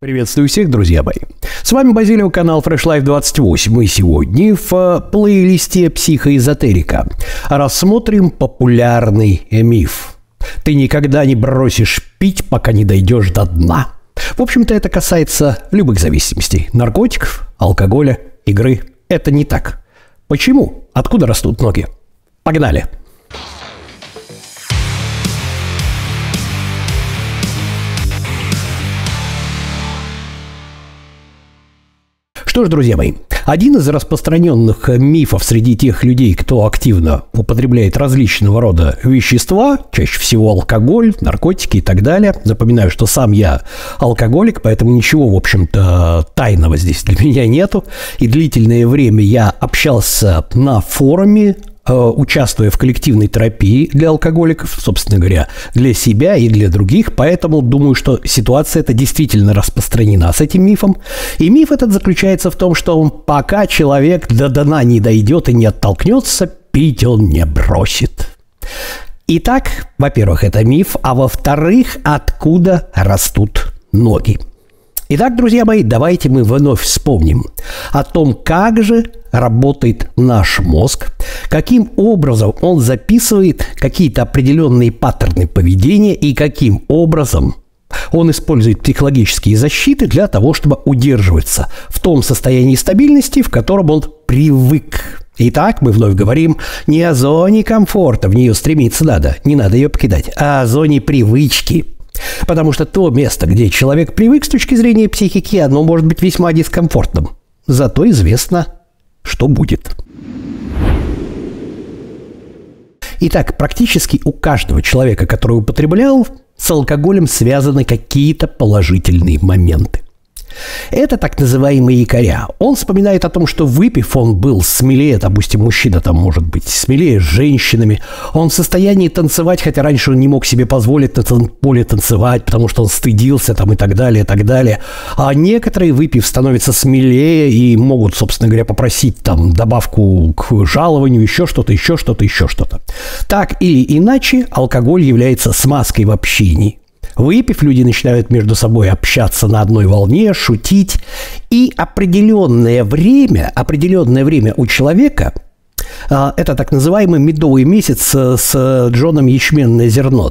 Приветствую всех, друзья мои. С вами Базилио, канал Fresh Life 28. Мы сегодня в плейлисте психоэзотерика рассмотрим популярный миф. Ты никогда не бросишь пить, пока не дойдешь до дна. В общем-то, это касается любых зависимостей. Наркотиков, алкоголя, игры. Это не так. Почему? Откуда растут ноги? Погнали! Что ж, друзья мои, один из распространенных мифов среди тех людей, кто активно употребляет различного рода вещества, чаще всего алкоголь, наркотики и так далее. Запоминаю, что сам я алкоголик, поэтому ничего, в общем-то, тайного здесь для меня нету. И длительное время я общался на форуме, участвуя в коллективной терапии для алкоголиков, собственно говоря, для себя и для других, поэтому думаю, что ситуация эта действительно распространена с этим мифом. И миф этот заключается в том, что пока человек до дна не дойдет и не оттолкнется, пить он не бросит. Итак, во-первых, это миф, а во-вторых, откуда растут ноги. Итак, друзья мои, давайте мы вновь вспомним о том, как же работает наш мозг, каким образом он записывает какие-то определенные паттерны поведения и каким образом он использует психологические защиты для того, чтобы удерживаться в том состоянии стабильности, в котором он привык. Итак, мы вновь говорим не о зоне комфорта, в нее стремиться надо, не надо ее покидать, а о зоне привычки. Потому что то место, где человек привык с точки зрения психики, оно может быть весьма дискомфортным. Зато известно, что будет. Итак, практически у каждого человека, который употреблял, с алкоголем связаны какие-то положительные моменты. Это так называемые якоря. Он вспоминает о том, что выпив, он был смелее, допустим, мужчина там может быть смелее с женщинами. Он в состоянии танцевать, хотя раньше он не мог себе позволить на танцполе танцевать, потому что он стыдился там и так далее, и так далее. А некоторые, выпив, становятся смелее и могут, собственно говоря, попросить там добавку к жалованию, еще что-то, еще что-то, еще что-то. Так или иначе, алкоголь является смазкой в общении. Выпив, люди начинают между собой общаться на одной волне, шутить. И определенное время у человека, это так называемый медовый месяц с Джоном ячменное зерно,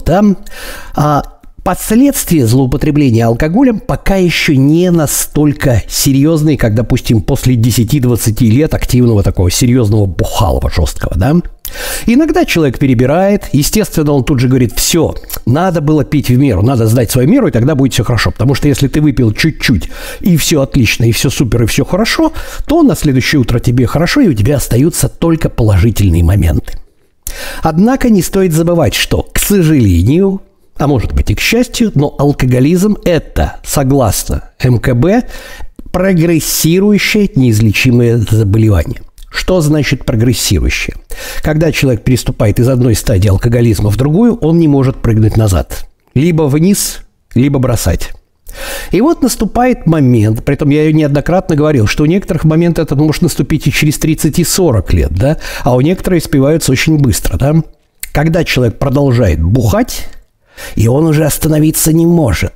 да, последствия злоупотребления алкоголем пока еще не настолько серьезные, как, допустим, после 10-20 лет активного такого серьезного бухалого жесткого, да. Иногда человек перебирает, естественно, он тут же говорит: все, надо было пить в меру, надо сдать свою меру, и тогда будет все хорошо. Потому что если ты выпил чуть-чуть, и все отлично, и все супер, и все хорошо, то на следующее утро тебе хорошо, и у тебя остаются только положительные моменты. Однако не стоит забывать, что, к сожалению, а может быть и к счастью, но алкоголизм – это, согласно МКБ, прогрессирующее неизлечимое заболевание. Что значит прогрессирующее? Когда человек переступает из одной стадии алкоголизма в другую, он не может прыгнуть назад. Либо вниз, либо бросать. И вот наступает момент, при этом я неоднократно говорил, что у некоторых момент это может наступить и через 30 и 40 лет, да? А у некоторых испиваются очень быстро, да? Когда человек продолжает бухать, и он уже остановиться не может.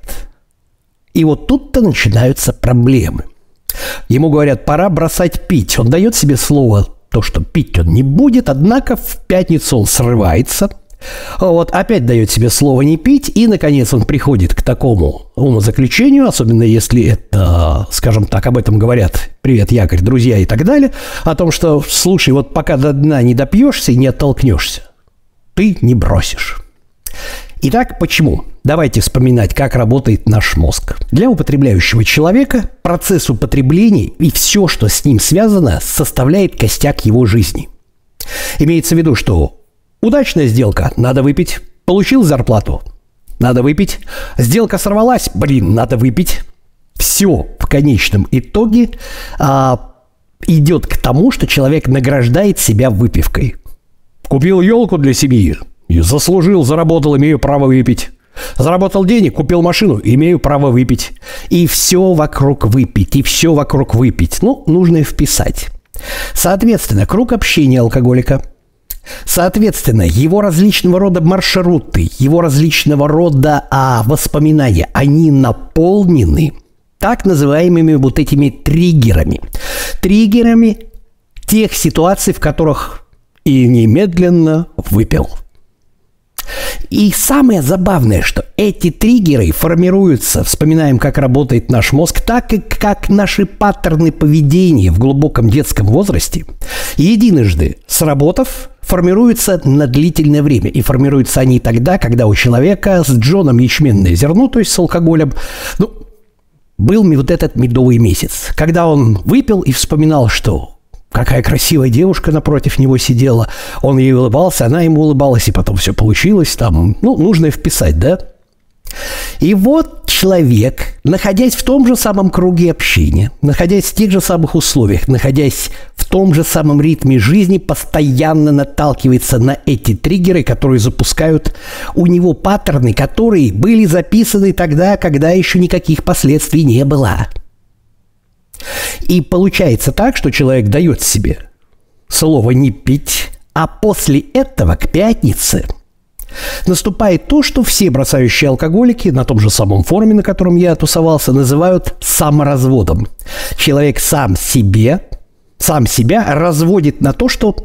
И вот тут-то начинаются проблемы. Ему говорят: пора бросать пить. Он дает себе слово, то, что пить он не будет, однако в пятницу он срывается. Вот, опять дает себе слово не пить, и, наконец, он приходит к такому умозаключению, особенно если это, скажем так, об этом говорят «Привет, якорь, друзья» и так далее, о том, что, слушай, вот пока до дна не допьешься и не оттолкнешься, ты не бросишь. Итак, почему? Давайте вспоминать, как работает наш мозг. Для употребляющего человека процесс употребления и все, что с ним связано, составляет костяк его жизни. Имеется в виду, что удачная сделка – надо выпить, получил зарплату – надо выпить, сделка сорвалась – надо выпить. Все в конечном итоге идет к тому, что человек награждает себя выпивкой. Купил елку для семьи – заслужил, заработал, имею право выпить. Заработал денег, купил машину, имею право выпить. И все вокруг выпить, и все вокруг выпить. Ну, нужно и вписать. Соответственно, круг общения алкоголика. Соответственно, его различного рода маршруты, его различного рода воспоминания, они наполнены так называемыми вот этими триггерами. Триггерами тех ситуаций, в которых и немедленно выпил. И самое забавное, что эти триггеры формируются, вспоминаем, как работает наш мозг, так и как наши паттерны поведения в глубоком детском возрасте, единожды сработав, формируются на длительное время. И формируются они тогда, когда у человека с Джоном ячменное зерно, то есть с алкоголем, был вот этот медовый месяц, когда он выпил и вспоминал, что какая красивая девушка напротив него сидела, он ей улыбался, она ему улыбалась, и потом все получилось там, нужно вписать, да? И вот человек, находясь в том же самом круге общения, находясь в тех же самых условиях, находясь в том же самом ритме жизни, постоянно наталкивается на эти триггеры, которые запускают у него паттерны, которые были записаны тогда, когда еще никаких последствий не было. И получается так, что человек дает себе слово «не пить», а после этого к пятнице наступает то, что все бросающие алкоголики на том же самом форуме, на котором я тусовался, называют саморазводом. Человек сам себя разводит на то, что,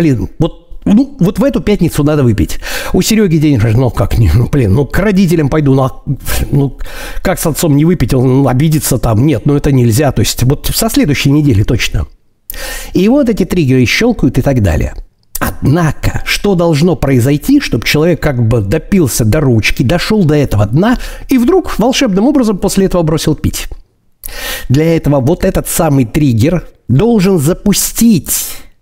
вот в эту пятницу надо выпить. У Сереги день рождения, к родителям пойду, как с отцом не выпить, он обидится там, нет, это нельзя, то есть вот со следующей недели точно. И вот эти триггеры щелкают и так далее. Однако, что должно произойти, чтобы человек допился до ручки, дошел до этого дна и вдруг волшебным образом после этого бросил пить? Для этого вот этот самый триггер должен запустить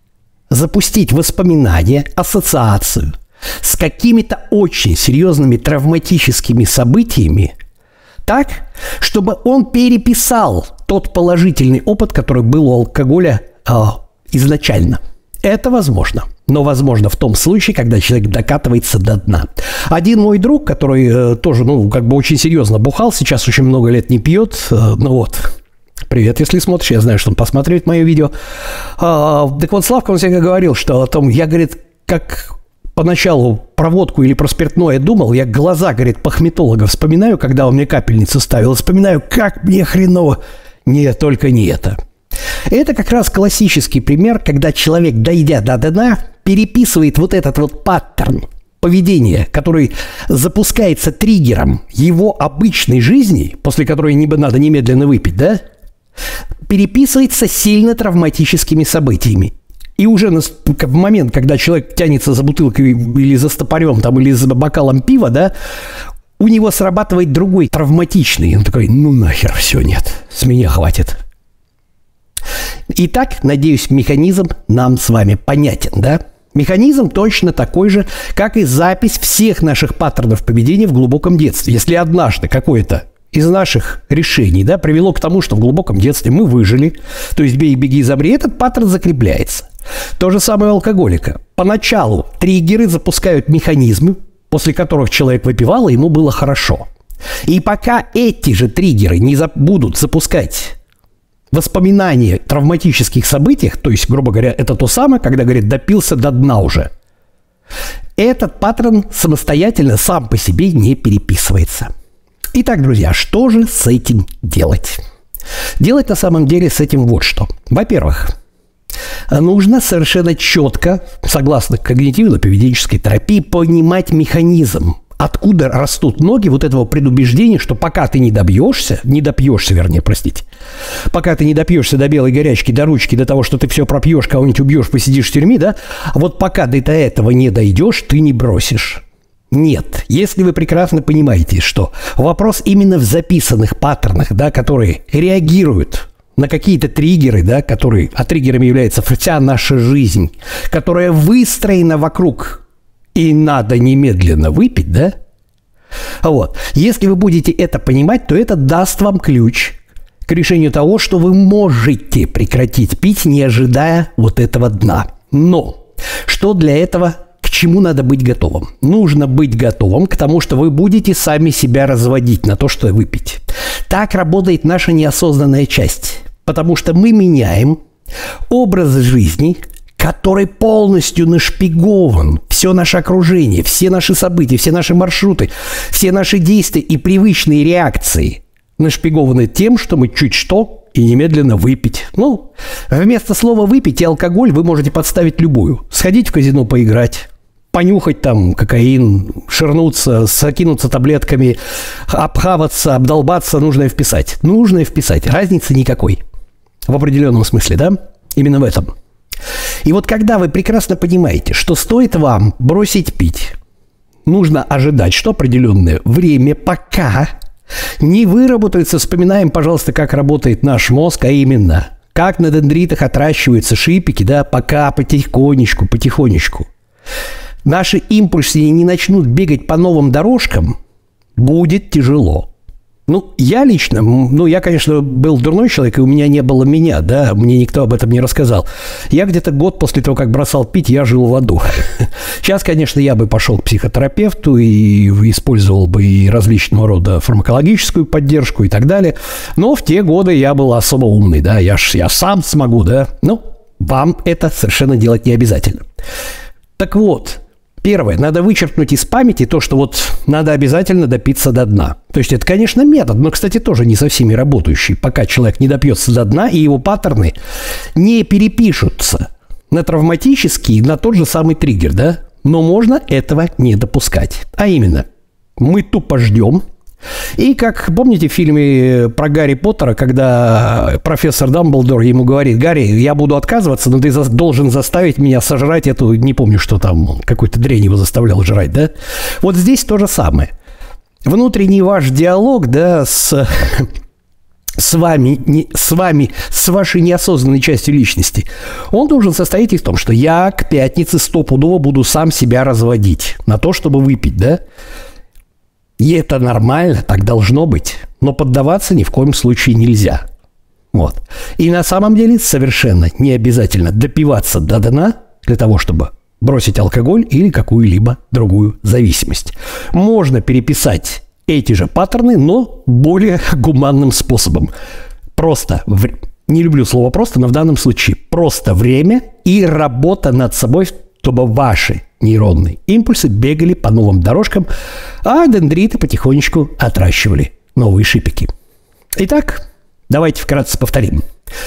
воспоминания, ассоциацию с какими-то очень серьезными травматическими событиями так, чтобы он переписал тот положительный опыт, который был у алкоголя изначально. Это возможно. Но возможно в том случае, когда человек докатывается до дна. Один мой друг, который тоже, очень серьезно бухал, сейчас очень много лет не пьет, привет, если смотришь, я знаю, что он посмотрит мое видео. Так вот, Славка, он всегда говорил, что я, как поначалу про водку или про спиртное думал, я глаза, пахметолога вспоминаю, когда он мне капельницу ставил, вспоминаю, как мне хреново. Нет, только не это. Это как раз классический пример, когда человек, дойдя до дна, переписывает вот этот вот паттерн поведения, который запускается триггером его обычной жизни, после которой надо немедленно выпить, да? Переписывается сильно травматическими событиями. И уже в момент, когда человек тянется за бутылкой или за стопорем, или за бокалом пива, да, у него срабатывает другой травматичный. Он такой, нахер, все, нет, с меня хватит. Итак, надеюсь, механизм нам с вами понятен, да? Механизм точно такой же, как и запись всех наших паттернов поведения в глубоком детстве. Если однажды какое-то из наших решений, да, привело к тому, что в глубоком детстве мы выжили, то есть бей, беги, изобри, этот паттерн закрепляется. То же самое у алкоголика. Поначалу триггеры запускают механизмы, после которых человек выпивал, и ему было хорошо. И пока эти же триггеры не будут запускать воспоминания о травматических событиях, то есть, грубо говоря, это то самое, когда, допился до дна уже, этот паттерн самостоятельно сам по себе не переписывается. Итак, друзья, что же с этим делать? Делать на самом деле с этим вот что. Во-первых, нужно совершенно четко, согласно когнитивно-поведенческой терапии, понимать механизм, откуда растут ноги вот этого предубеждения, что пока ты пока ты не допьешься до белой горячки, до ручки, до того, что ты все пропьешь, кого-нибудь убьешь, посидишь в тюрьме, да, а вот пока ты до этого не дойдешь, ты не бросишь. Нет, если вы прекрасно понимаете, что вопрос именно в записанных паттернах, да, которые реагируют на какие-то триггеры, да, а триггерами является вся наша жизнь, которая выстроена вокруг «и надо немедленно выпить», да? Вот. Если вы будете это понимать, то это даст вам ключ к решению того, что вы можете прекратить пить, не ожидая вот этого дна. Но что для этого, к чему надо быть готовым? Нужно быть готовым к тому, что вы будете сами себя разводить на то, что выпить. Так работает наша неосознанная часть, потому что мы меняем образ жизни, который полностью нашпигован. Все наше окружение, все наши события, все наши маршруты, все наши действия и привычные реакции нашпигованы тем, что мы чуть что и немедленно выпить. Ну, вместо слова «выпить» и «алкоголь» вы можете подставить любую. Сходить в казино поиграть, понюхать там кокаин, ширнуться, закинуться таблетками, обхаваться, обдолбаться, нужное вписать. Нужное вписать. Разницы никакой. В определенном смысле, да? Именно в этом. И вот когда вы прекрасно понимаете, что стоит вам бросить пить, нужно ожидать, что определенное время, пока не выработается, вспоминаем, пожалуйста, как работает наш мозг, а именно, как на дендритах отращиваются шипики, да, пока потихонечку. Наши импульсы не начнут бегать по новым дорожкам, будет тяжело. Ну, я лично, я, конечно, был дурной человек, и у меня не было меня, да, мне никто об этом не рассказал. Я где-то год после того, как бросал пить, я жил в аду. Сейчас, конечно, я бы пошел к психотерапевту и использовал бы и различного рода фармакологическую поддержку и так далее. Но в те годы я был особо умный, да, я сам смогу, да. Ну, вам это совершенно делать не обязательно. Так вот, первое, надо вычеркнуть из памяти то, что вот надо обязательно допиться до дна. То есть это, конечно, метод, но, кстати, тоже не со всеми работающий. Пока человек не допьется до дна, и его паттерны не перепишутся на травматический, на тот же самый триггер, да? Но можно этого не допускать. А именно, мы тупо ждем. И как, помните в фильме про Гарри Поттера, когда профессор Дамблдор ему говорит: Гарри, я буду отказываться, но ты должен заставить меня сожрать эту, не помню, что там, какой-то дрянь его заставлял жрать, да? Вот здесь то же самое. Внутренний ваш диалог, да, с вами, с вашей неосознанной частью личности, он должен состоять в том, что я к пятнице стопудово буду сам себя разводить на то, чтобы выпить, да? И это нормально, так должно быть. Но поддаваться ни в коем случае нельзя. Вот. И на самом деле совершенно не обязательно допиваться до дна для того, чтобы бросить алкоголь или какую-либо другую зависимость. Можно переписать эти же паттерны, но более гуманным способом. Просто, не люблю слово «просто», но в данном случае просто время и работа над собой, чтобы ваши нейронные импульсы бегали по новым дорожкам, а дендриты потихонечку отращивали новые шипики. Итак, давайте вкратце повторим.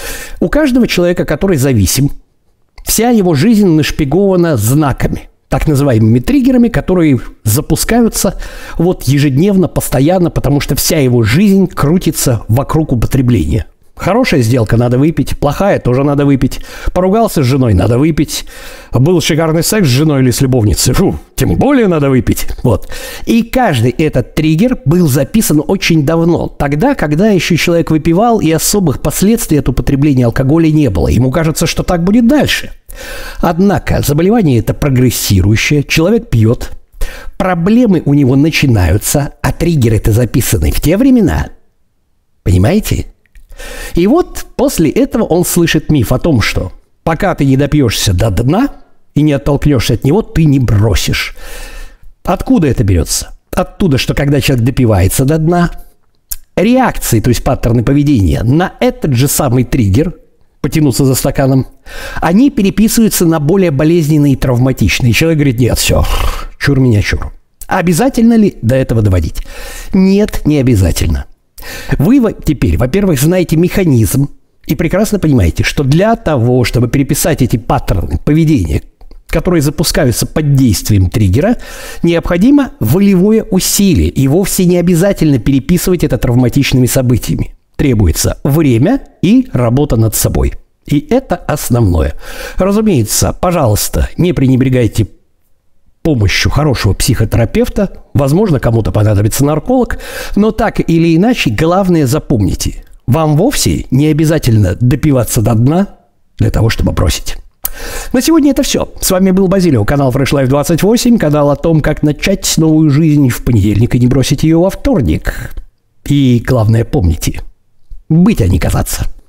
У каждого человека, который зависим, вся его жизнь нашпигована знаками, так называемыми триггерами, которые запускаются вот ежедневно, постоянно, потому что вся его жизнь крутится вокруг употребления. Хорошая сделка — надо выпить, плохая — тоже надо выпить. Поругался с женой — надо выпить. Был шикарный секс с женой или с любовницей — тем более надо выпить. Вот. И каждый этот триггер был записан очень давно, тогда, когда еще человек выпивал, и особых последствий от употребления алкоголя не было. Ему кажется, что так будет дальше. Однако заболевание это прогрессирующее, человек пьет, проблемы у него начинаются, а триггеры-то записаны в те времена. Понимаете? И вот после этого он слышит миф о том, что пока ты не допьешься до дна и не оттолкнешься от него, ты не бросишь. Откуда это берется? Оттуда, что когда человек допивается до дна, реакции, то есть паттерны поведения на этот же самый триггер, потянуться за стаканом, они переписываются на более болезненные и травматичные. Человек говорит: нет, все, чур меня, чур. Обязательно ли до этого доводить? Нет, не обязательно. Вы теперь, во-первых, знаете механизм и прекрасно понимаете, что для того, чтобы переписать эти паттерны поведения, которые запускаются под действием триггера, необходимо волевое усилие, и вовсе не обязательно переписывать это травматичными событиями. Требуется время и работа над собой. И это основное. Разумеется, пожалуйста, не пренебрегайте помощью хорошего психотерапевта. Возможно, кому-то понадобится нарколог, но так или иначе, главное запомните: вам вовсе не обязательно допиваться до дна для того, чтобы бросить. На сегодня это все. С вами был Базилио, канал Fresh Life 28, канал о том, как начать новую жизнь в понедельник и не бросить ее во вторник. И главное, помните: быть, а не казаться.